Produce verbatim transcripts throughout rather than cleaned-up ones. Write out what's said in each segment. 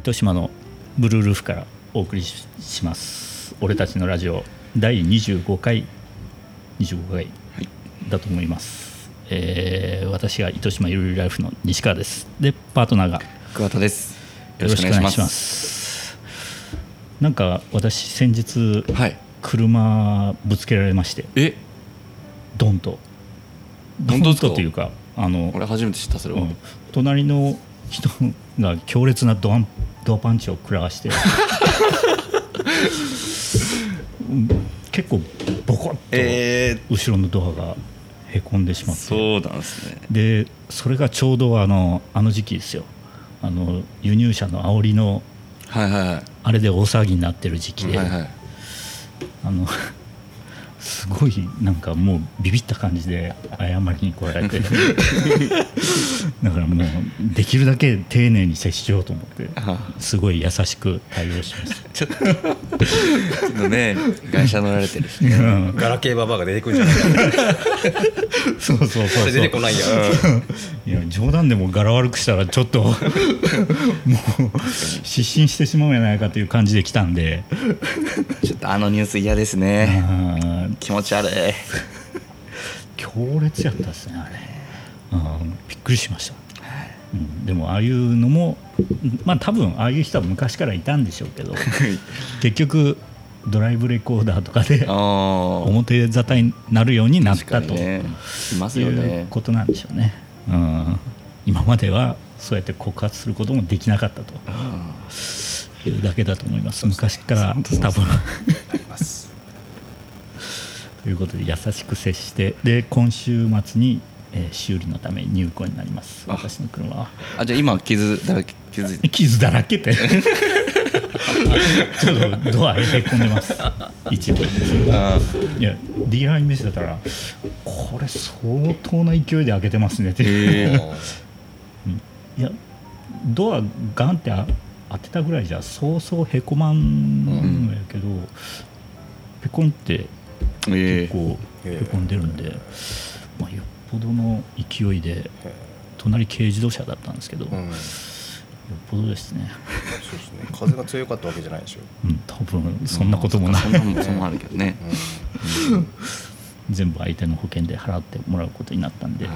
糸島のブルールーフからお送りします。俺たちのラジオだいにじゅうごかいにじゅうごかいだと思います、はい。えー、私が糸島ゆるゆるライフの西川です。でパートナーが桑田です。 よろしくお願いします。なんか私先日、はい、車ぶつけられまして、 えドンとドンとというか、あの俺初めて知ったそれは、うん、 隣の人が強烈なドアンドアパンチを食らわして結構ボコッと後ろのドアがへこんでしまって、 そうなんですね。 でそれがちょうどあのあの時期ですよ。あの輸入車の煽りの、 はいはいはい、 あれで大騒ぎになってる時期で、はいはい、あのすごいなんかもうビビった感じで謝りに来られてだからもうできるだけ丁寧に接しようと思ってすごい優しく対応しました。 ちょっとちょっとね外車乗られてるし、ね、うん、 ガラケーババアが出てくるんじゃないかそうそうそうそう、 出てこないやいや冗談でも柄悪くしたらちょっともう失神してしまうんじゃないかという感じで来たんでちょっとあのニュース嫌ですね。気持ち悪い強烈やったですねあれ、うん、びっくりしました、うん、でもああいうのもまあ多分ああいう人は昔からいたんでしょうけど結局ドライブレコーダーとかで表沙汰になるようになったと、ね、いますよね、いうことなんでしょうね、うん、今まではそうやって告発することもできなかったというだけだと思います。昔から多分ということで優しく接して、で今週末に、えー、修理のため入庫になります。私の車は。 あ、じゃあ今傷だらけ傷傷だらけってちょっとドアへこんでます一部。あいやディーラーに見せたらこれ相当な勢いで開けてますねって、えーうん、いやドアガンって当てたぐらいじゃそうそうへこまんのやけど、うん、ペコンって結構へこんでるんで、まあ、よっぽどの勢いで隣軽自動車だったんですけど、うん、よっぽどですね。 そうですね。風が強かったわけじゃないでしょ、 うん、多分そんなこともない、 うん、そんなこともあるけどね、 うん、全部相手の保険で払ってもらうことになったんで、うん、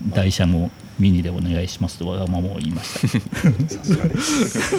台車もミニでお願いしますとわがままを言いましたさすがです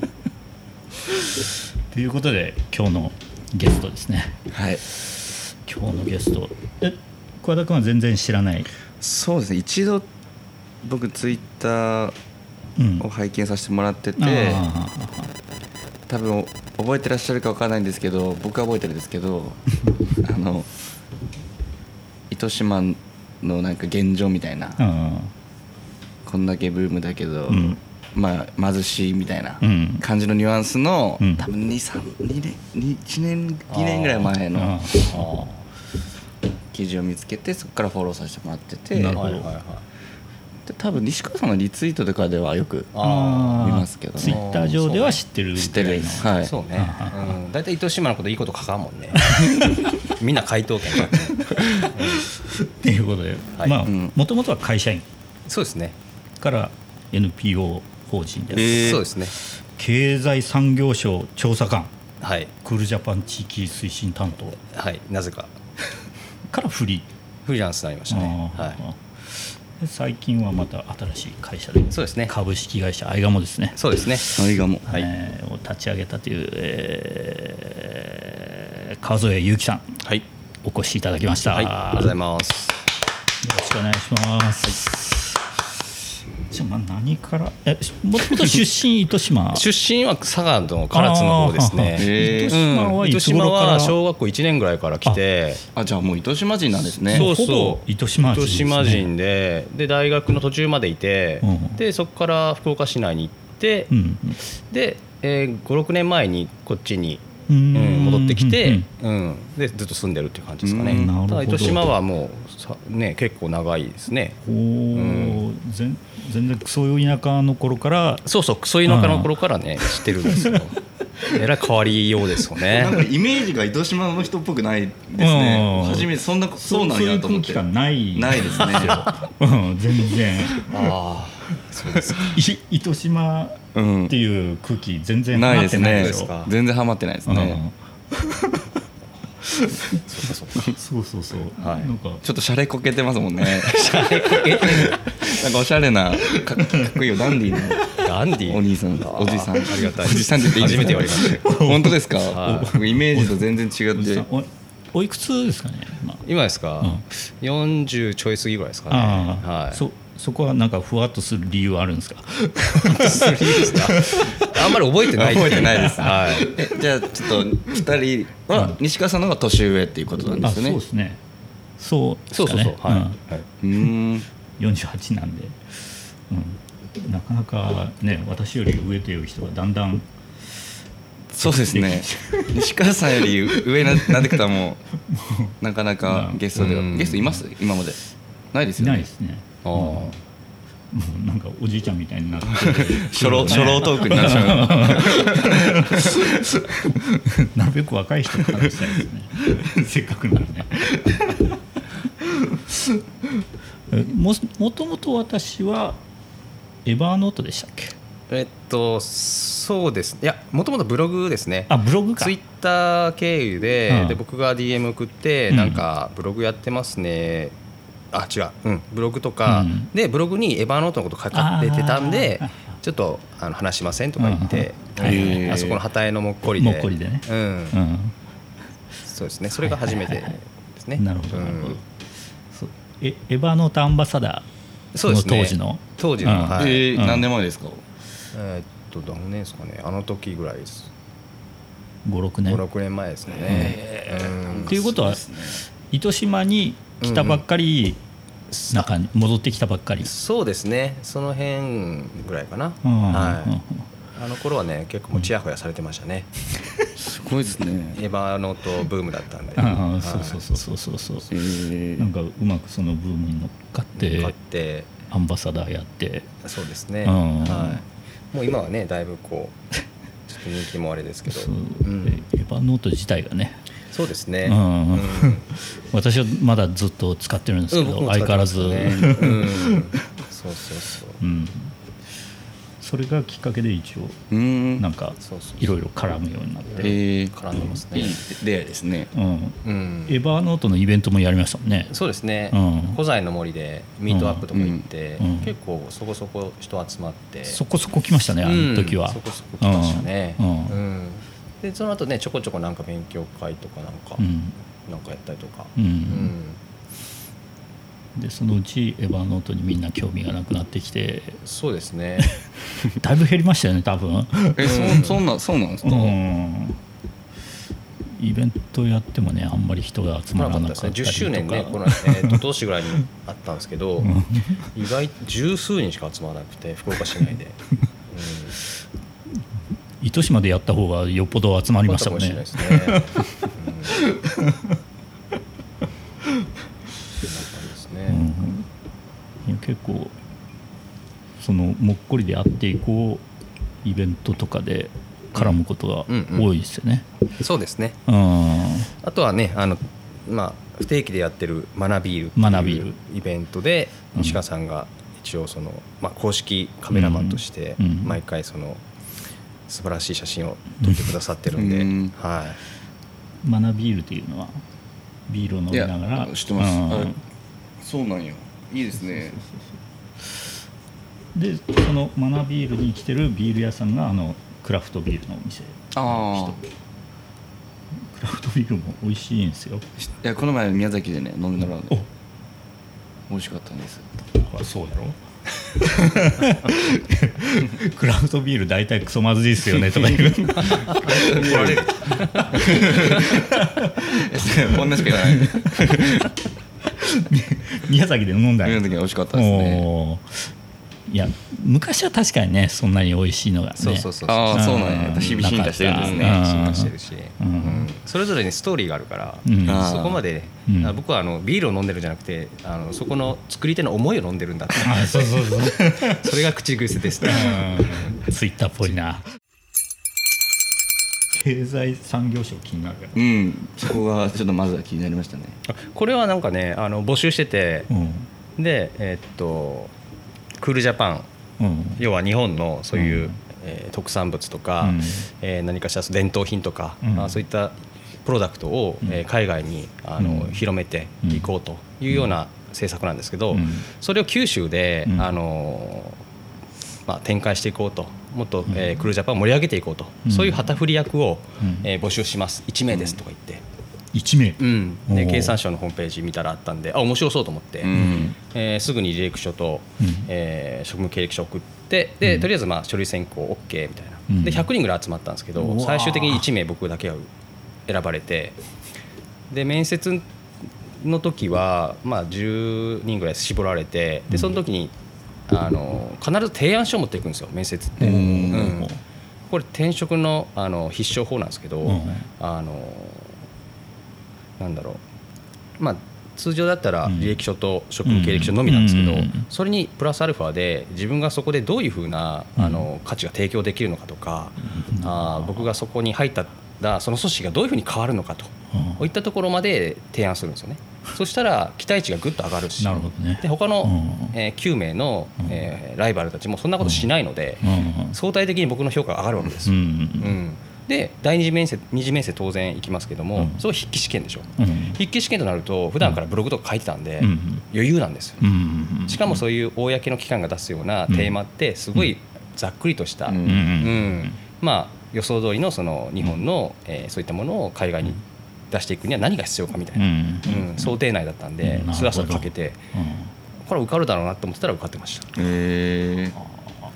ということで今日のゲストですね。 はい、 今日のゲスト、え桑田君は全然知らない？ そうですね、一度僕ツイッターを拝見させてもらってて、うん、多分覚えてらっしゃるか分からないんですけど、僕は覚えてるんですけどあの糸島のなんか現状みたいな、こんだけブームだけど、うん、まあ、貧しいみたいな感じのニュアンスの、うん、多分に、さん、にねん、いちねん、にねんぐらい前の記事を見つけて、そこからフォローさせてもらってて、なるほど、はいはいはい、で多分西川さんのリツイートとかではよく見ますけどね。 ツイッター上では知ってる、 知ってる、はい、 そうね、うん、だいたい糸島のこといいこと書かんもんねみんな回答権がっていうことで、はい、まあもともとは会社員、 そうですね、 から エヌピーオー 法人です、 えー、そうですね、 経済産業省調査官、 はい、 クールジャパン地域推進担当、 はい、なぜかからフリーフリーランスになりましたね、はい、 で最近はまた新しい会社で、 そうですね、 株式会社アイガモですね、 そうですね、 アイガモ、 はい、えー、を立ち上げたという、えー、川添裕樹さん、 はい、 お越しいただきました、 はい、ありがとうございます。 よろしくお願いします、はい。じゃあ何からえもともと出身糸島出身は佐賀の唐津の方ですね。 糸島はいつ頃から、 うん、糸島は小学校いちねんぐらいから来て、 ああじゃあもう糸島人なんですね。 そうそう糸島人ですね。 糸島人で、で大学の途中までいて、うん、でそこから福岡市内に行って、うん、で、えー、ごろくねんまえにこっちにうん、戻ってきて、うんうん、でずっと住んでるっていう感じですかね。ただ糸島はもう、ね、結構長いですね。 お、うん、全, 全然クソ田舎の頃から、 そうそうクソ田舎の頃からね知ってるんですよえらい変わりようですよね。 なんかイメージが糸島の人っぽくないですね。初めてそんなそうなんやと思って。 そういう空気感ないないですね。 うん、全然。 ああ、そうですか。 糸島っていう空気全然ハマってないですか。全然ハマってないですね。 そうそうそう、 はい、なんかちょっとシャレこけてますもんね。シャレこけてなんかおしゃれな か, かっこいいよダンディーのダンディーお兄さんおじさんありがたいおじさんって言って初めて言われました本当ですか、 はい、 イメージと全然違ってお, おいくつですかね今, 今ですか、うん、よんじゅうちょい過ぎぐらいですかね。はい、 そそこはなんかふわっとする理由はあるんですか。 する理由ですか。あんまり覚えてない覚えてないです、はい、えじゃあちょっとふたりは西川さんの方が年上っていうことなんですよね。 そうですね。そうですかね。 そうそうそう、はい、うん、はい、 うーんよんじゅうはちなんで、うん、なかなかね私より上という人がだんだん。 そうですね。西川さんより上になってきたらもうなかなかゲストでは、ゲストいます今までないですよね。 ないですね。ああ、もうなんかおじいちゃんみたいになって初老初老トークになっちゃう。なるべく若い人からしたいですね。せっかくならね。も, もともと私はエバーノートでしたっけ。 えっとそうです。いやもともとブログですね。 あブログか。 ツイッター経由で、うん、で僕が ディーエム 送って、うん、なんかブログやってますね。あ違う、うん、ブログとか、うん、でブログにエバーノートのこと書かれてたんでちょっとあの話しませんとか言って、うん、あそこの旗絵のもっこりでもっこりでね、 うんうん、そうですね。それが初めてですね。 なるほど、うん、そうえエバーノートアンバサダーの当時の、ね、 当時の、うんはいえー、何年前ですか。 えー、っと何年ですかね。あの時ぐらいです。 ごろくねんごろくねんまえですね。 えーうん、っていうことは、ね、糸島に来たばっかり、うん、なんか戻ってきたばっかり。 そうですね。その辺ぐらいかな、うんはい、あの頃はね結構もうチヤホヤされてましたね。 すごいですね。 エバーノートブームだったんで。 ああそうそうそうそうそうそう、えー、なんかうまくそのブームに乗っかって乗っかってアンバサダーやって。 そうですね、うんはい、もう今はねだいぶこうちょっと人気もあれですけど、 うん、エバーノート自体がね。 そうですね、 うんうん、私はまだずっと使ってるんですけど、うん、相変わらず、ねうん、 そうそうそう、 うん、それがきっかけで一応なんかいろいろ絡むようになって、 えー、絡んでますね。 いい出会いですね、 うんうん、エバーノートのイベントもやりましたもんね。 そうですね、うん、古材の森でミートアップとか行って、うん、結構そこそこ人集まってそこそこ来ましたねあの時は、 うん、そこそこ来ましたね、うんうんうんでその後ねちょこちょこなんか勉強会とかなんか、うん、なんかやったりとか、うんうんうん、でそのうちエヴァノートにみんな興味がなくなってきて。 そうですねだいぶ減りましたよね多分。 え、うん、そ, そんなそうなんですか、うん、 イベントやってもねあんまり人が集まらなかったりとか、 じゅっしゅうねんねこの、えー、と当時ぐらいにあったんですけど意外十数人しか集まらなくて福岡市内で、うん糸島でやった方がよっぽど集まりましたもんね。結構そのもっこりで会っていこうイベントとかで絡むことが多いですよね。 うんうんうん、そうですね。うんあとはねあの、まあ、不定期でやってるマナビールっていうイベントで西川さんが一応その、まあ、公式カメラマンとして毎回その素晴らしい写真を撮ってくださってるんで、うんはい、 マナビールっていうのはビールを飲みながら。 知ってます、うん、あそうなんやいいですね。 でそのマナビールに来てるビール屋さんがあのクラフトビールのお店。 あクラフトビールも美味しいんですよ。 いやこの前宮崎でね飲んでもらうの美味しかったんです。 あそうだろクラフトビール大体クソまずいですよねとか言う言われるこんなしか言わない宮崎で飲んだ宮崎は美味しかったですね。 いや昔は確かにねそんなに美味しいのがね。 そうそうそうそうああそうなんや。日々進化してるんですね。 進化してるし、うんうん、それぞれにストーリーがあるから、うん、そこまで、ねうん、僕はあのビールを飲んでるんじゃなくてあのそこの作り手の思いを飲んでるんだってあそうそうそうそれが口癖ですね。 ツイッターっぽいな。 経済産業省気になるけど、 うん、そこがちょっとまずは気になりましたね。 これはなんかねあの募集してて、うん、でえー、っとクールジャパン、うん、要は日本のそういう、うんえー、特産物とか、うんえー、何かしら伝統品とか、うんまあ、そういったプロダクトを、うんえー、海外にあの、うん、広めていこうというような政策なんですけど、うん、それを九州で、うんあのまあ、展開していこうともっと、えー、クールジャパンを盛り上げていこうと、うん、そういう旗振り役を、うんえー、募集しますいち名ですとか言って、 いち名、 うん、で経産省のホームページ見たらあったんであ面白そうと思って、うんえー、すぐに履歴書と、うんえー、職務経歴書送ってで、うん、とりあえずまあ書類選考 OK みたいな、うん、でひゃくにんぐらい集まったんですけど最終的にいち名僕だけが選ばれてで面接の時はまあじゅうにんぐらい絞られてでその時にあの必ず提案書を持っていくんですよ面接って、うん、これ転職 の, あの必勝法なんですけど、うん、あのなんだろうまあ通常だったら履歴書と職務経歴書のみなんですけど、それにプラスアルファで自分がそこでどういうふうなあの価値が提供できるのかとか、あ僕がそこに入ったその組織がどういうふうに変わるのかとこういったところまで提案するんですよね。そしたら期待値がぐっと上がるし、 なるほどね、 で他の、えー、きゅう名の、えー、ライバルたちもそんなことしないので、相対的に僕の評価が上がるわけですよ、うんうんで第二次面接二次面接当然行きますけども、うん、それ筆記試験でしょ、うん、筆記試験となると普段からブログとか書いてたんで、うん、余裕なんですよ、うん、しかもそういう公の機関が出すようなテーマってすごいざっくりとした、うんうん、まあ予想通りのその日本の、えー、そういったものを海外に出していくには何が必要かみたいな、うんうん、想定内だったんでスラスラかけて、これは受かるだろうなと思ってたら受かってました。へー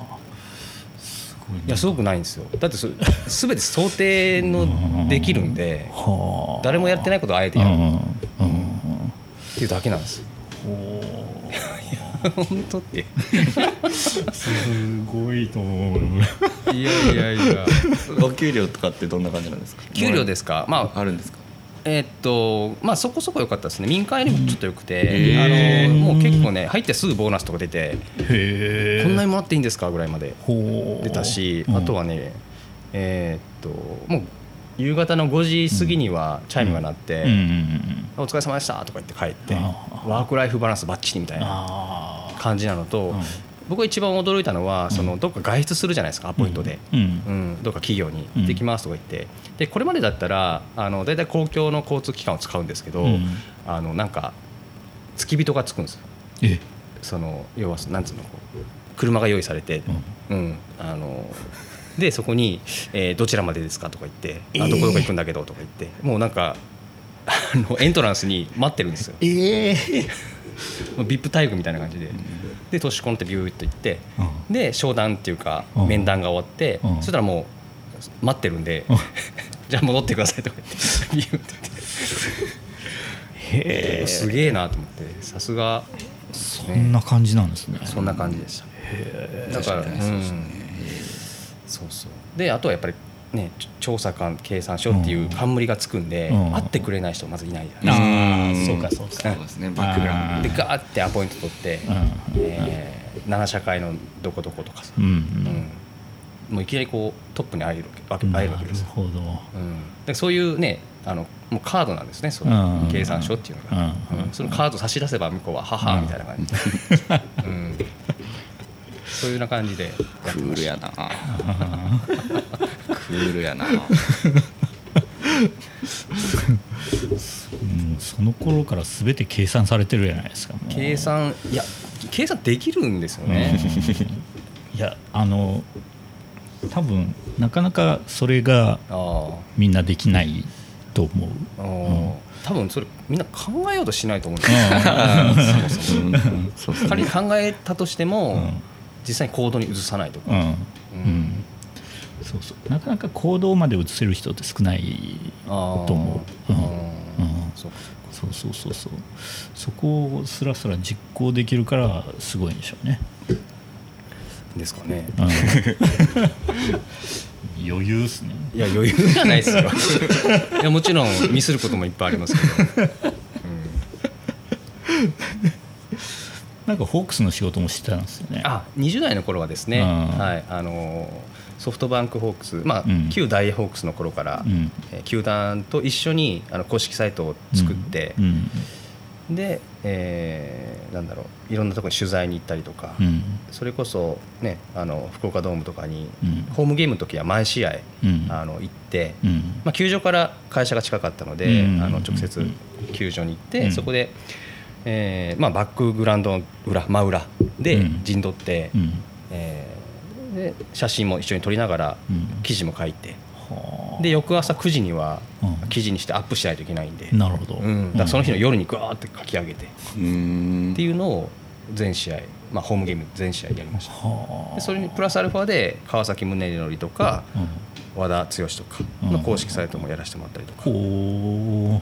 いやすごくないんですよ。だってす全て想定のできるんで誰もやってないことをあえてやるっていうだけなんですよ。本当ってすごいと思う。 いやいやいやお給料とかってどんな感じなんですか？ 給料ですか、まあ、 あるんですか？ えーっとまあ、そこそこ良かったですね。民間よりもちょっと良くて、あのもう結構ね入ってすぐボーナスとか出てこんなにもらっていいんですかぐらいまで出たし、あとはねえーっともう夕方のごじ過ぎにはチャイムが鳴って、うん、お疲れ様でしたとか言って帰ってワークライフバランスバッチリみたいな感じなのと、うん、僕が一番驚いたのはそのどっか外出するじゃないですかアポイントで、うんうん、どっか企業に行ってきますとか言ってでこれまでだったらあのだいたい公共の交通機関を使うんですけど、うん、あのなんか付き人がつくんですよ。えその要はなんつうの車が用意されて、うんうん、あのでそこに、えー、どちらまでですかとか言ってあどこどこ行くんだけどとか言ってもうなんかあのエントランスに待ってるんですよ。えー、ビップ 待遇みたいな感じでで年込んでビューッと行って、うん、で商談っていうか面談が終わって、うん、そしたらもう待ってるんで、うん、じゃあ戻ってくださいとか言ってビューッと言ってへーすげえなと思ってさすがそんな感じなんですね。 そんな感じでした。へだから、うん、そうそうであとはやっぱりね調査官経産省っていう冠がつくんで、うん、会ってくれない人まずいないじゃないですか。あそうかそうかそうですねバックグラウンドでガーってアポイント取って、えー、なな社会のどこどことかさ、うんうん、もういきなりこうトップに会えるわけ会えるわけですよ。なるほど、うん、でそういうねあのもうカードなんですねその経産省っていうのが、うんうん、そのカード差し出せば向こうは母みたいな感じで、うん、そういうような感じでクールやなクールやなうん、その頃から全て計算されてるじゃないですか。 計算いや計算できるんですよね、 うん、いやあの多分なかなかそれがみんなできないと思う、うん、 多分それみんな考えようとしないと思うんですよ仮に考えたとしても、うん、実際に行動に移さないとか、うんうん、 そうそうなかなか行動まで移せる人って少ないと思う、うんうん、そうそうそうそうそうそこをスラスラ実行できるからすごいんでしょうね。 ですかね、 うん、余裕ですね。 いや余裕じゃないですよいやもちろんミスることもいっぱいありますけど、うん、 なんかホークスの仕事もしてたんですよね。 あにじゅう代の頃はですね、はいあのソフトバンクホークス、まあうん、旧ダイエーホークスの頃から、うんえー、球団と一緒にあの公式サイトを作って、うんうん、で、えー、なんだろういろんなところに取材に行ったりとか、うん、それこそ、ね、あの福岡ドームとかに、うん、ホームゲームの時は毎試合、うん、あの行って、うんまあ、球場から会社が近かったので、うん、あの直接球場に行って、うん、そこで、えーまあ、バックグラウンドの裏真裏で陣取って、うんえーで写真も一緒に撮りながら記事も書いて、うん、で翌朝くじには記事にしてアップしないといけないんで、 うん、なるほど、 うん、だからその日の夜にグワーって書き上げて、うん、っていうのを全試合、まあ、ホームゲーム全試合やりました。でそれにプラスアルファで川崎宗則とか、うん、和田剛とかの公式サイトもやらせてもらったりとか、うん、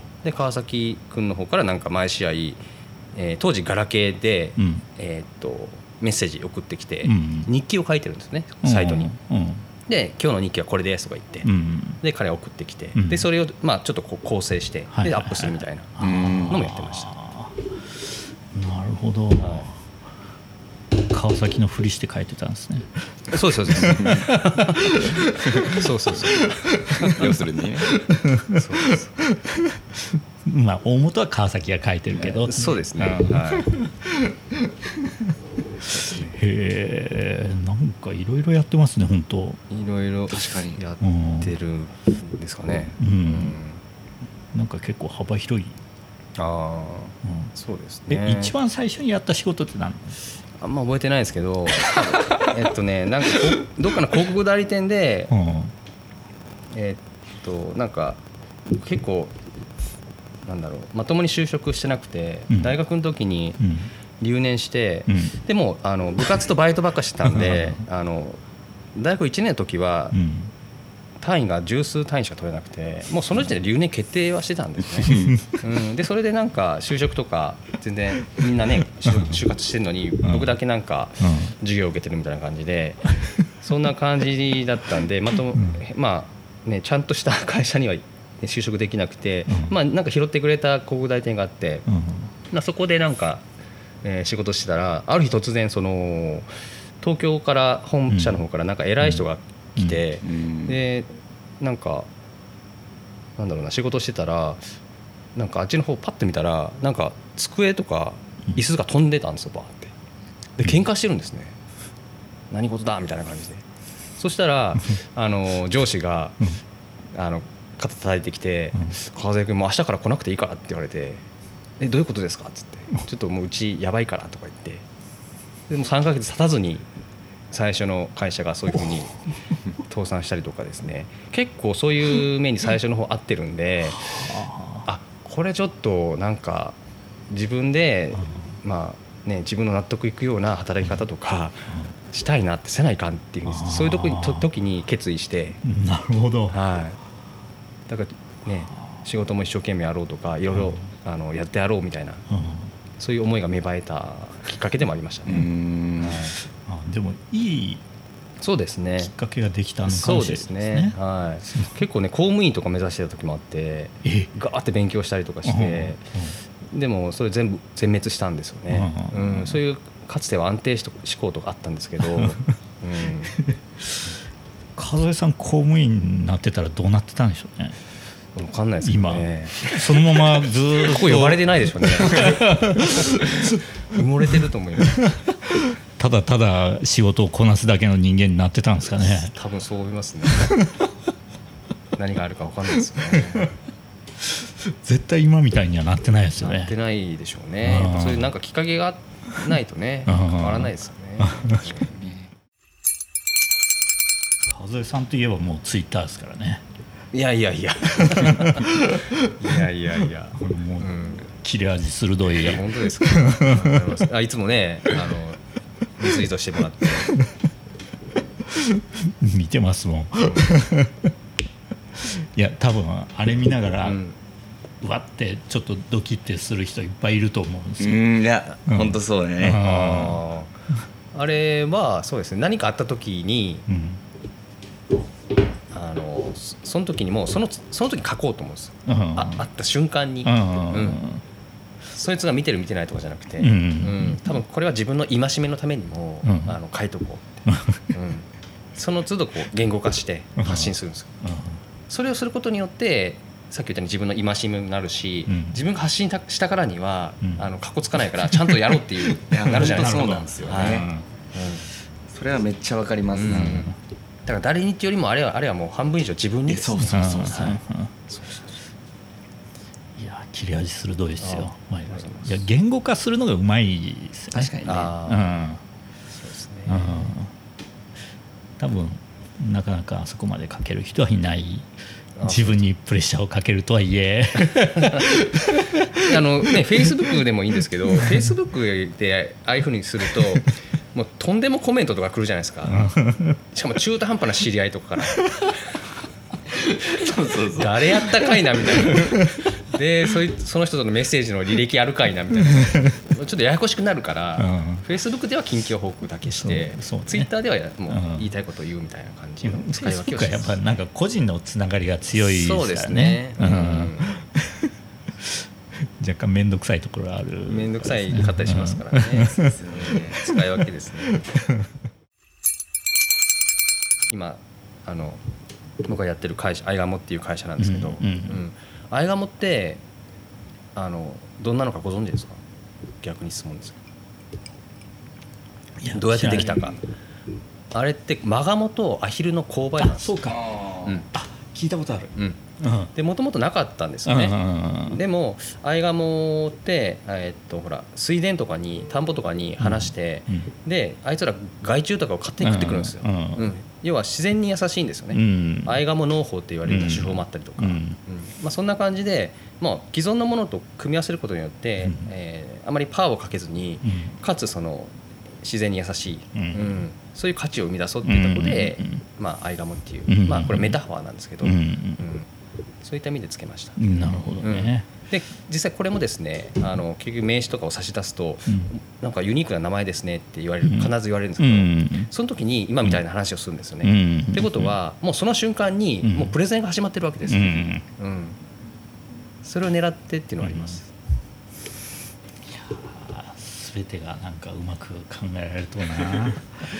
で川崎君の方からなんか毎試合、えー、当時ガラケーで、うん、えー、っとメッセージ送ってきて、うん、日記を書いてるんですねサイトに、うん、で今日の日記はこれですとか言って、うん、で彼は送ってきて、うん、でそれをまあちょっとこう構成して、はい、でアップするみたいなのもやってました。 なるほど、はい、川崎のふりして書いてたんですね。 そうですそうですそうそうそう要するにねそうですまあ大元は川崎が書いてるけど、 そうですね、はいへえ、なんかいろいろやってますね本当。 いろいろ確かにやってるんですかね。うん、うん、 なんか結構幅広い。 ああ、うん、そうですね。 え一番最初にやった仕事って何？ あんま覚えてないですけどえっとねなんかどっかの広告代理店で、うん、えっとなんか結構なんだろうまともに就職してなくて、うん、大学の時に、うん留年して、うん、でもあの部活とバイトばっかしてたんであの大学いちねんの時は、うん、単位が十数単位しか取れなくてもうその時点で留年決定はしてたんですね、うん、でそれでなんか就職とか全然みんなね就活してるのに僕だけなんか授業を受けてるみたいな感じでそんな感じだったんでまとまあねちゃんとした会社には就職できなくてまあなんか拾ってくれた広告代理店があってそこでなんかえー、仕事してたらある日突然その東京から本社の方からなんか偉い人が来て、うんうん、でなんかなんだろうな仕事してたらなんかあっちの方パッと見たらなんか机とか椅子が飛んでたんですよバーってで喧嘩してるんですね何事だみたいな感じでそしたらあの上司があの肩叩いてきて川添君もう明日から来なくていいからって言われてえどういうことですかっつってちょっともううちやばいからとか言ってでもさんかげつ経たずに最初の会社がそういうふうに倒産したりとかですね結構そういう目に最初の方合ってるんであこれちょっとなんか自分でまあね自分の納得いくような働き方とかしたいなってせないかんっていうそういうとこにと時に決意してなるほど、 はい、だからね仕事も一生懸命やろうとかいろいろあのやってやろうみたいな、うん、そういう思いが芽生えたきっかけでもありましたね。うーん、 はい、あでもいいそうですねきっかけができたのかもしれないですね。そうですね、 はい、結構ね公務員とか目指してた時もあってガーって勉強したりとかして、うんうん、でもそれ全部全滅したんですよね、うんうんうん、そういうかつては安定志向とかあったんですけど、うん、 川添さん公務員になってたらどうなってたんでしょうね。 分かんないですけどねそのままずっとここ呼ばれてないでしょうね埋もれてると思いますただただ仕事をこなすだけの人間になってたんですかね。 多分そう思いますね何があるか分かんないですよね絶対今みたいにはなってないですよね。 なってないでしょうね。そういうなんかきっかけがないとね変わらないですよね確かにね。 川添さんといえばもうツイッターですからね。 いやいやいやいやいやいやこれもう、うん、切れ味鋭い。 いや本当ですかあいつもねあのリツイートしてもらって見てますもんいや多分あれ見ながら、うん、わってちょっとドキッてする人いっぱいいると思うんですよ。 うんいや、うん、本当そうだね。 ああれはそうですね何かあった時に、うんあのその時にもうそのその時に書こうと思うんですよ、うん、あ会った瞬間に、うんうん、そいつが見てる見てないとかじゃなくて、うんうん、多分これは自分の戒めのためにも、うん、あの書いとこうって、うん、 その都度こう言語化して発信するんですよ。それをすることによってさっき言ったように自分の戒めになるし、うん、自分が発信したからには、うん、あのかっこつかないからちゃんとやろうっていうなるじゃないですか。 そうなんですよね、はい、うん、それはめっちゃわかります、ね、うん、 だから誰にってよりもあれはあれはもう半分以上自分にです、ね、 そうそうそうそう、はい、そうそう、いや切れ味鋭いですよ。ああ、いや言語化するのがうまいですよね。 確かにね、あ、うん、そうですね、うん、 多分なかなかあそこまで書ける人はいない。自分にプレッシャーをかけるとはいえあのね、Facebook でもいいんですけどFacebook でああいうふうにするともうとんでもコメントとか来るじゃないですか。しかも中途半端な知り合いとかからそうそうそう、誰やったかいなみたいなで そ, いその人とのメッセージの履歴あるかいなみたいなちょっとややこしくなるから、うん、Facebook では近況報告だけして、そうそうね、Twitter ではもう言いたいことを言うみたいな感じの使い分けをして、 やっぱなんか個人のつながりが強いですからね。そうですね、うん、若干面倒くさいところがある。 面倒くさいかったりしますからね、うん、そうですね、使い分けですね今あの僕がやってる会社アイガモっていう会社なんですけど、うんうんうん、アイガモってあのどんなのかご存知ですか？逆に質問ですけど、どうやってできたか。あれってマガモとアヒルの交配なんです。 そうか、うん、あ、聞いたことある、うん、 でもともとなかったんですよね、うん、でもアイガモって、えー、っとほら水田とかに田んぼとかに放して、うん、であいつら害虫とかを勝手に食ってくるんですよ、うんうん、要は自然に優しいんですよね、うん、アイガモ農法って言われる手法もあったりとか、うんうん、まあ、そんな感じで、まあ、既存のものと組み合わせることによって、うん、えー、あまりパワーをかけずに、うん、かつその自然に優しい、うんうん、そういう価値を生み出そうっていうところで、うんうん、まあ、アイガモっていう、うんうん、まあ、これメタファーなんですけど、うんうんうん、そういった意味でつけました。 なるほどね、 うん、で実際これもですね、あの結局名詞とかを差し出すと、うん、なんかユニークな名前ですねって言われる、必ず言われるんですけど、うん、その時に今みたいな話をするんですよね、うん、ってことはもうその瞬間にもうプレゼンが始まってるわけです、うんうん、それを狙ってっていうのはあります、 うん、全てがなんかうまく考えられるとな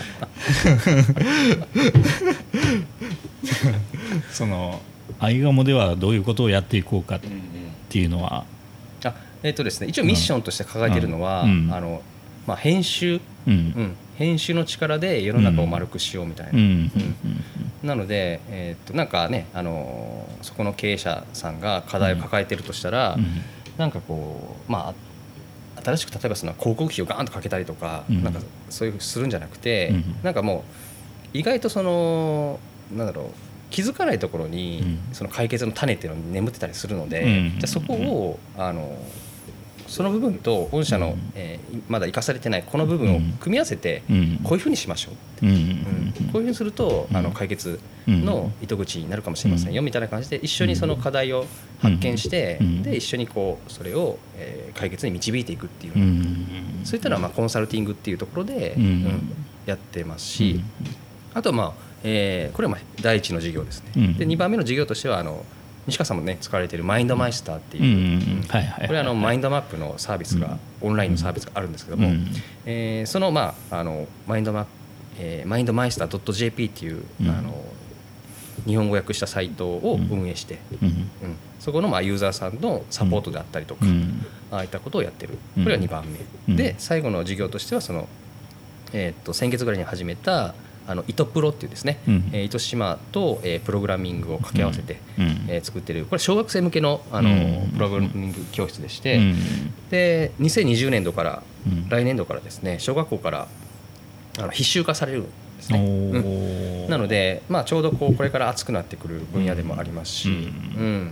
そのアイガモではどういうことをやっていこうかっていうのは、 あ、えーとですね、一応ミッションとして掲げているのは、うん、あのまあ、編集、うんうん、編集の力で世の中を丸くしようみたいな、うんうん、なので、えー、となんかね、あのそこの経営者さんが課題を抱えているとしたら、うん、なんかこう、まあ、新しく例えばその広告費をガーンとかけたりとか、うん、なんかそういうふうにするんじゃなくて、うん、なんかもう意外とそのなんだろう、気づかないところにその解決の種っていうのに眠ってたりするので、うん、じゃあそこをあのその部分と御社の、えー、まだ生かされてないこの部分を組み合わせてこういうふうにしましょうって、うんうん、こういうふうにするとあの解決の糸口になるかもしれませんよみたいな感じで一緒にその課題を発見してで一緒にこうそれを、えー、解決に導いていくっていう、うん、そういったのはまあコンサルティングっていうところで、うんうん、やってますし、あとはまあ、えー、これはまあ第一の事業ですね。でにばんめの事業としてはあの西川さんもね使われているマインドマイスターっていうこれはあのマインドマップのサービスがオンラインのサービスがあるんですけども、えー、そのまああのマインドマップ、えー、マインドマイスター .jp っていうあの日本語訳したサイトを運営して、うんうん、そこのまあユーザーさんのサポートであったりとか、うん、ああいったことをやってる。これはにばんめ、うん、で最後の事業としてはその、えー、っと先月ぐらいに始めたあの糸プロっていうですね、うん、えー、糸島と、えー、プログラミングを掛け合わせて、うん、えー、作ってるこれ小学生向けの、あの、うん、プログラミング教室でして、うん、でにせんにじゅうねんどから、うん、来年度からですね小学校からあの必修化されるんですね、うん、なので、まあ、ちょうどこうこれから熱くなってくる分野でもありますし、うんうん、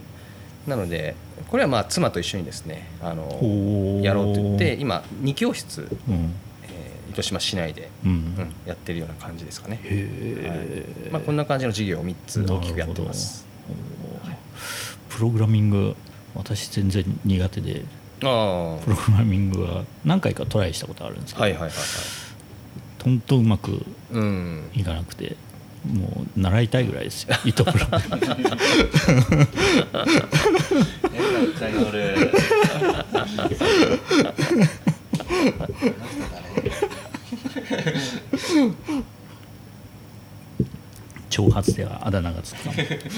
なのでこれはまあ妻と一緒にですねあのやろうと言って今に教室、うん、糸島市内で、うんうん、やってるような感じですかね。へ、はい、まあ、こんな感じの事業をみっつ大きくやってます。 プログラミング私全然苦手で、あプログラミングは何回かトライしたことあるんですけど、はいはいはいはい、とんとうまくいかなくて、うん、もう習いたいぐらいですよ糸プロあだ名がつくかも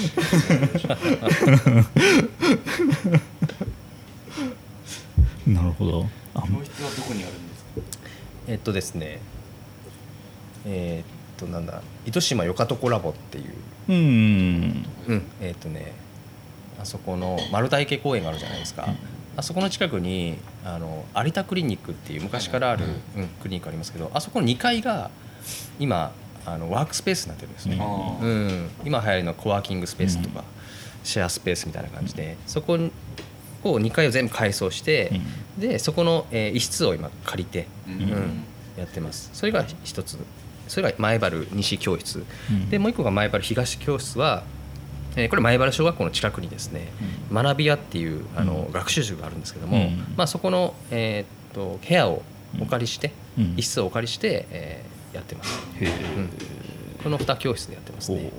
なるほど。 教室はどこにあるんですか？ えっとですねえー、っとなんだ糸島よかとこラボっていう、 うん、うん、 えー、っとねあそこの丸太池公園があるじゃないですか、うん、あそこの近くにあの有田クリニックっていう昔からある、うん、クリニックありますけど、あそこのにかいが今あのワークスペースになってるんですね、うん、今流行りのコワーキングスペースとか、うん、シェアスペースみたいな感じで、そこをにかいを全部改装して、うん、でそこの、えー、一室を今借りて、うんうん、やってます。それが一つ、それが前原西教室、うん、でもう一個が前原東教室は、えー、これ前原小学校の近くにですね、うん、学び屋っていうあの、うん、学習塾があるんですけども、うんまあ、そこの、えー、っと部屋をお借りして、うん、一室をお借りして、えー、やってます。へー、うん、このに教室でやってますね。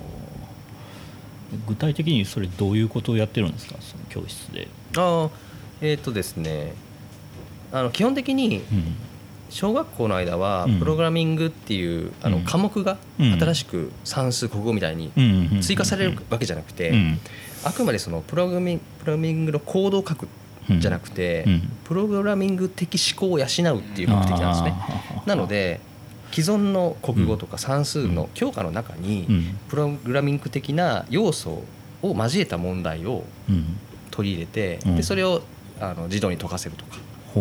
具体的にそれどういうことをやってるんですか、その教室で。 あえーとですね、あの基本的に小学校の間はプログラミングっていうあの科目が新しく算数国語みたいに追加されるわけじゃなくて、あくまでそのプログラミング、プログラミングのコードを書くじゃなくて、プログラミング的思考を養うっていう目的なんですね。なので既存の国語とか算数の教科の中にプログラミング的な要素を交えた問題を取り入れて、でそれをあの児童に解かせるとか、うん、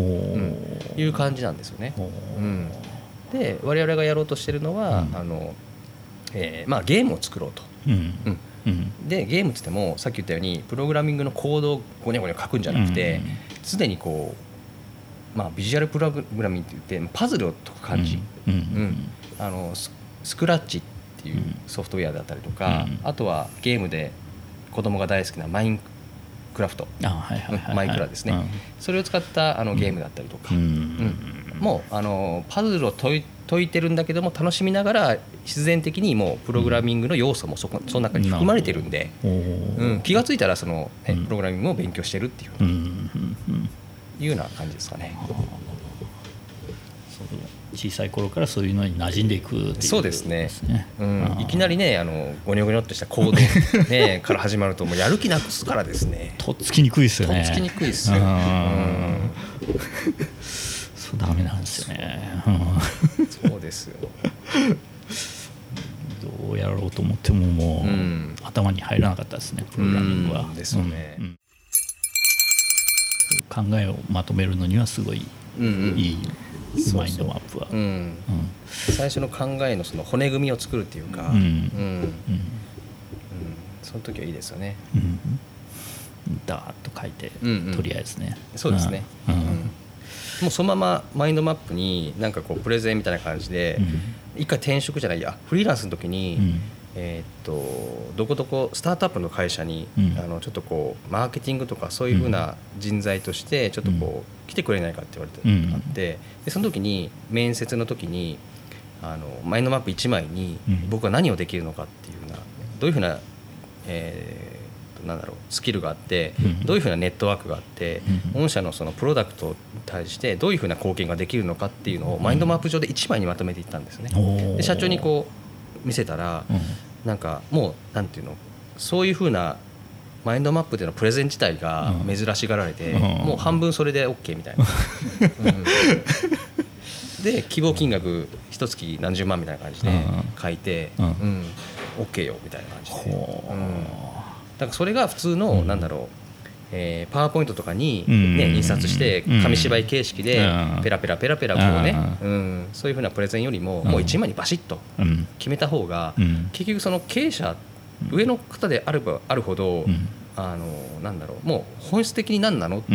いう感じなんですよね。うん、で我々がやろうとしてるのは、あのえーまあ、ゲームを作ろうと。うんうんでゲームって言ってもさっき言ったようにプログラミングのコードをゴニャゴニャ書くんじゃなくて、常にこうまあ、ビジュアルプログラミングって言ってパズルを解く感じ、うんうん、あの ス, スクラッチっていうソフトウェアだったりとか、うん、あとはゲームで子供が大好きなマインクラフト、マイクラですね、うん、それを使ったあのゲームだったりとか、うんうん、もうあのパズルを解い、解いてるんだけども楽しみながら必然的にもうプログラミングの要素も そ, こその中に含まれてるんで、うん、気がついたらその、ね、プログラミングを勉強してるっていう、うんうんいうような感じですかね。 小さい頃からそういうのに馴染んでいくっていう、ね、 そうですね、うん、いきなりねあのゴニョゴニョっとしたコード、ね、から始まるともうやる気なくすからですね。 とっつきにくいですよね。 とっつきにくいですよ、うん、 そうダメなんですよね、 うん、そうですよ。 どうやろうと思ってももう、うん、頭に入らなかったですね、プログラミングは、うん、 ですよね、うん、 考えをまとめるのにはすごいいい、うんうん、マインドマップは。 そうそう、うんうん、最初の考えのその骨組みを作るっていうか、うんうんうん、その時はいいですよね、うん、 ダーッと書いて、うんうん、とりあえずね。 そうですね、うんうん、もうそのままマインドマップになんかこうプレゼンみたいな感じで、うん、一回転職じゃないやフリーランスの時に、うんえー、っとどこどこスタートアップの会社に、うん、あのちょっとこうマーケティングとかそういう風な人材としてちょっとこう来てくれないかって言われて、うん、あってでその時に面接の時にあのマインドマップいちまいに僕は何をできるのかっていうようなどういう風な、えー、なんだろうスキルがあってどういう風なネットワークがあって御社のそのプロダクトに対してどういう風な貢献ができるのかっていうのをマインドマップ上でいちまいにまとめていったんですね。で社長にこう見せたら、うん、なんかもうなんていうのそういう風なマインドマップでのプレゼン自体が珍しがられて、うん、もう半分それで OK みたいな、うん、で希望金額一月何十万みたいな感じで書いて、うんうん、OK よみたいな感じで、うん、だからそれが普通の、うん、なんだろうえー、パワーポイントとかに、ね、印刷して紙芝居形式でペラペラペラペラこうね、うん、そういう風なプレゼンよりももう一枚にバシッと決めた方が結局その経営者上の方であればあるほどあのなんだろうもう本質的に何なのっていう、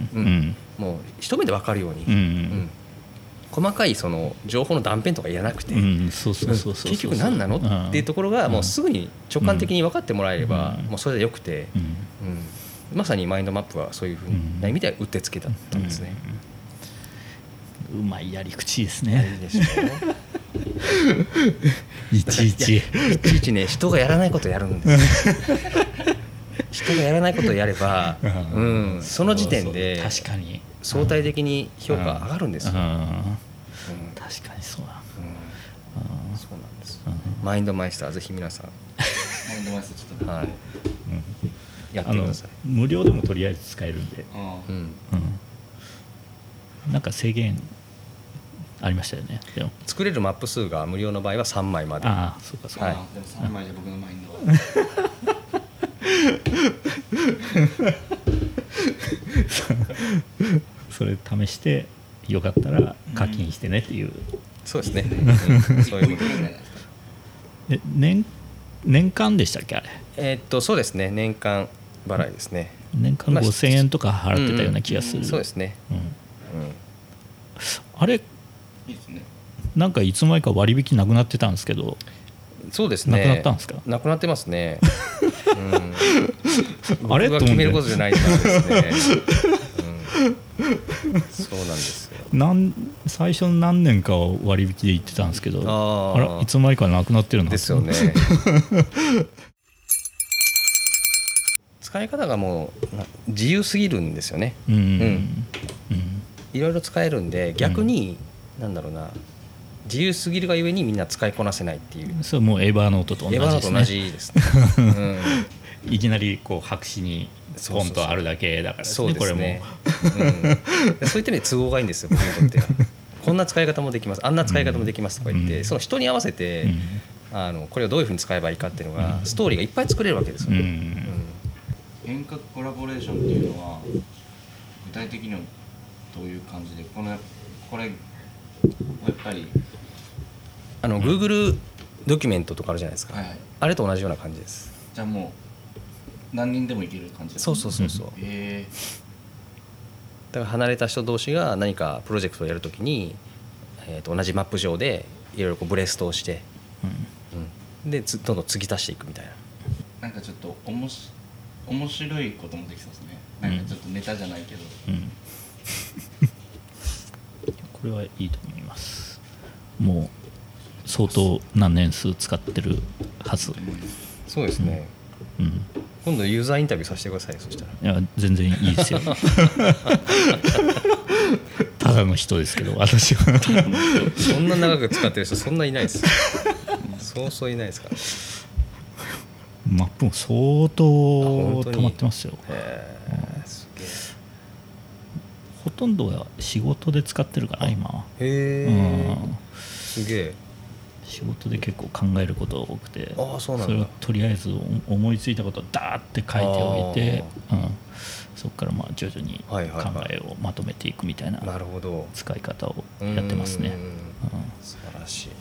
うん、もう一目で分かるように、うん、細かいその情報の断片とかいらなくて結局何なのっていうところがもうすぐに直感的に分かってもらえればもうそれでよくて、うんまさにマインドマップはそういうふうな意味ではうってつけだったんですね、 うんうん、うまいやり口ですね。 いいでしょいちいちいちいちね人がやらないことをやるんです人がやらないことをやれば、うん、その時点で確かに相対的に評価上がるんですよ、うんうん、 確かにそうだ、 うん、そうなんです、うん、マインドマイスターぜひ皆さんはい、うん、やってください。 無料でもとりあえず使えるんで、うんうん、なんか制限ありましたよね。でも作れるマップ数が無料の場合はさんまいまで。 ああ、そうかそうか、はい、 でもさんまいじゃ僕のマインドそれ試してよかったら課金してねっていう、うん、 そうですね、うん、そういうことで年年間でしたっけあれ。 えー、っとそうですね、年間払いですね。 年間ごせんえんとか払ってたような気がする、 うんうん、そうですね、うんうん、 あれいいですね、なんかいつの間にか割引なくなってたんですけど。 そうですね、 なくなったんですか。 なくなってますね、うん、あれ僕が決めることじゃないからですね、うん、そうなんですよ。 なん最初の何年かは割引で言ってたんですけど、ああらいつの間にかなくなってるんですよね使い方がもう自由すぎるんですよね、うんうんうん、いろいろ使えるんで逆に、うん、なんだろうな、自由すぎるがゆえにみんな使いこなせないっていう。 そう、もうエヴァーノートと同じですね。 エヴァーノートと同じですね、 うん、いきなりこう白紙にポンとあるだけだからですね、これも、うん、 そういった意味で都合がいいんですよ、僕にとっては。こんな使い方もできます、あんな使い方もできますとか言って、うん、その人に合わせて、うん、あのこれをどういうふうに使えばいいかっていうのが、うん、ストーリーがいっぱい作れるわけですよ、ね、うんうん、 遠隔コラボレーションっていうのは具体的にはどういう感じで、このこれやっぱりあの Google ドキュメントとかあるじゃないですか、はいはい、あれと同じような感じです。 じゃあもう何人でもいける感じですか。 そうそうそうそう、えー、だから離れた人同士が何かプロジェクトをやるときに、えー、と同じマップ上でいろいろこうブレストをして、うんうん、でどんどん継ぎ足していくみたいな。 なんかちょっとおもし面白いこともできそうですね。なんかちょっとネタじゃないけど、うんうん、 これはいいと思います。もう相当何年数使ってるはず。 そうですね、うんうん、今度ユーザーインタビューさせてください。そしたら。 いや全然いいですよただの人ですけど私はそんな長く使ってる人そんないないですそうそういないですから。 マップも相当溜まってますよ。 へー、すげえ。 ほとんどは仕事で使ってるかな今は。 へえ、うん、すげえ。 仕事で結構考えることが多くて、 あ、そうなんだ。 それをとりあえず思いついたことをダーって書いておいて、うん、そこからまあ徐々に考えをまとめていくみたいな使い方をやってますね。うん、 素晴らしい。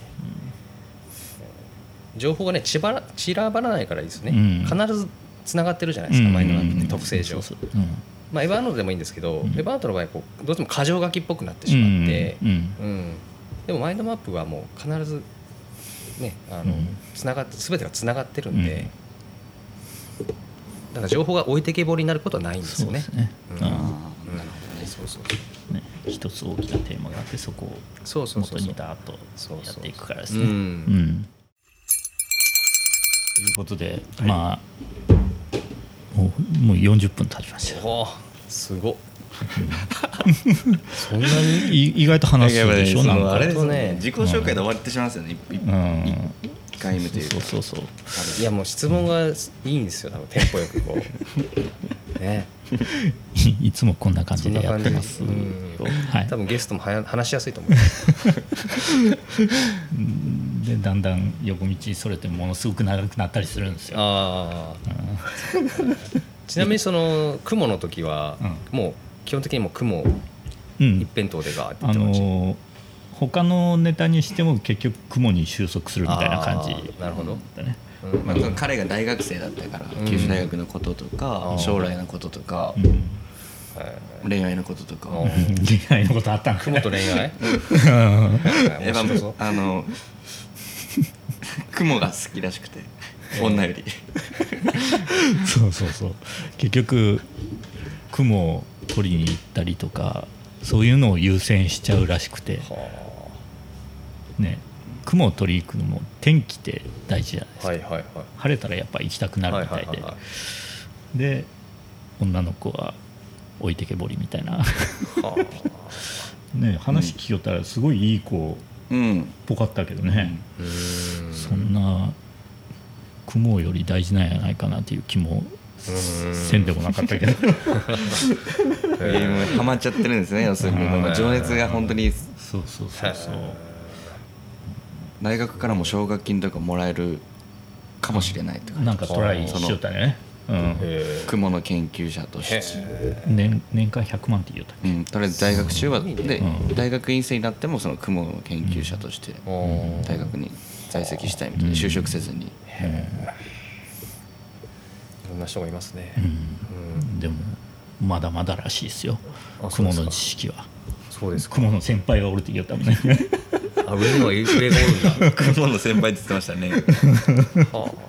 情報がね散ら、散らばらないからいいですね、うん、必ずつながってるじゃないですか、マインドマップって特性上。まあ、エヴァーノートでもいいんですけど、うん、エヴァーノートの場合こうどうしても箇条書きっぽくなってしまって、うんうんうん、でもマインドマップはもう必ず、ね、あのつながって全てがつながってるんで、うん、だから情報が置いてけぼりになることはないんですよね。そうですね、うん、あ、なるほどね。そうそうね、一つ大きなテーマがあってそこを元にダーッとやっていくからですね。ということで、はい、まあもう、もうよんじゅっぷん経ちました。 お、すごっそんなに意外と話すでしょ。なんかあれですね、自己紹介で終わってしまいますよね、うん、いっかいめというか。 そうそうそう。 いやもう質問がいいんですよ、多分テンポよくこうねいつもこんな感じでやってます。 はい、多分ゲストもはや話しやすいと思うでだんだん横道それてものすごく長くなったりするんですよ。あ、 うん、ちなみにその雲の時は、うん、もう基本的にもう雲一辺倒でガーって言ってました、うん、あのー、 他のネタにしても結局雲に収束するみたいな感じだね。 なるほど、 うん、まあ、彼が大学生だったから、うん、九州大学のこととか、うん、将来のこととか、うん、恋愛のこととか、 うん、恋愛のことあったんか。 雲と恋愛やっぱあの雲が好きらしくて、女よりそうそうそう、結局雲を取りに行ったりとかそういうのを優先しちゃうらしくて、ね、雲を取りに行くのも天気って大事じゃないですか、はいはいはい、晴れたらやっぱ行きたくなるみたいで、はいはいはいはい、で女の子は置いてけぼりみたいなね、話聞きよったらすごいいい子っぽかったけどね、うん、そんな雲より大事なんじゃないかなっていう気もせんでもなかったけどハマっちゃってるんですね。要するにもう情熱が本当に。 そうそうそうそう。 大学からも奨学金とかもらえるかもしれないとか、 なんかトライしよったね。うん、 雲の研究者として年年間ひゃくまんって言うたっけ、 うん、とりあえず大学中はで、うん、大学院生になってもその雲の研究者として大学に在籍したいみたいな、就職せずに、うん、いろんな人がいますね、 うんうん、でもまだまだらしいですよ、雲の知識は。 そうですか。 雲の先輩がおるって言ったもんねあ、上にも上がおるんだ雲の先輩って言ってましたねはあ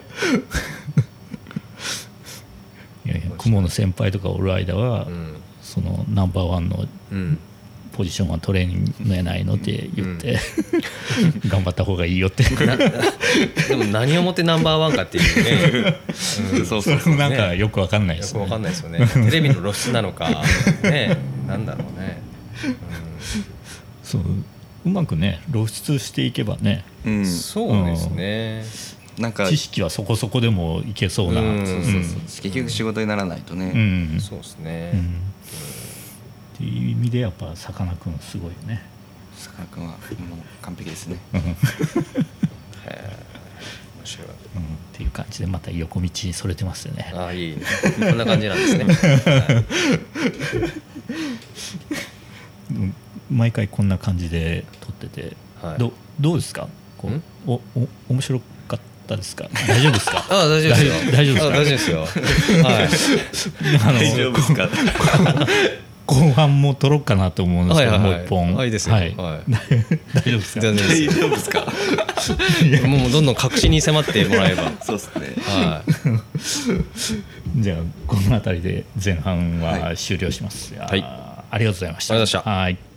いやいや、雲の先輩とかおる間は、うん、そのナンバーワンのポジションは取れんのやないのって言って、うん、頑張った方がいいよってでも何をもってナンバーワンかっていうね、 うん、そうそうそう、なんかよくわかんないですね。よくわかんないですよね。テレビの露出なのかね、なんだろうね、うん、 そう、うまくね露出していけばね、 うん、そうですね、 なんか知識はそこそこでもいけそうな、うん、そうそうそう、 結局仕事にならないとね、 うん、 そうですね、 うん、っていう意味でやっぱさかなクンすごいよね。 さかなクンはもう完璧ですねへえ、面白い、 うん、っていう感じでまた横道にそれてますよね。 ああ、いいね、こんな感じなんですね毎回こんな感じで撮ってて、はい、ど, どうですかこうおお面白かったですか？大丈夫ですか？ ああ、大丈夫ですよ。 大丈夫ですか？ 大丈夫ですよ。はい。 あの大丈夫ですか？ 後半も撮ろうかなと思うんですけど、はいはいはい、もう一本。 はい、いいですよ。はい。 大丈夫ですか？ 大丈夫ですか？ もうどんどん確信に迫ってもらえば。 そうですね。 はい。 じゃあこのあたりで前半は終了します。 はい。 ありがとうございました。 ありがとうございました。 はい。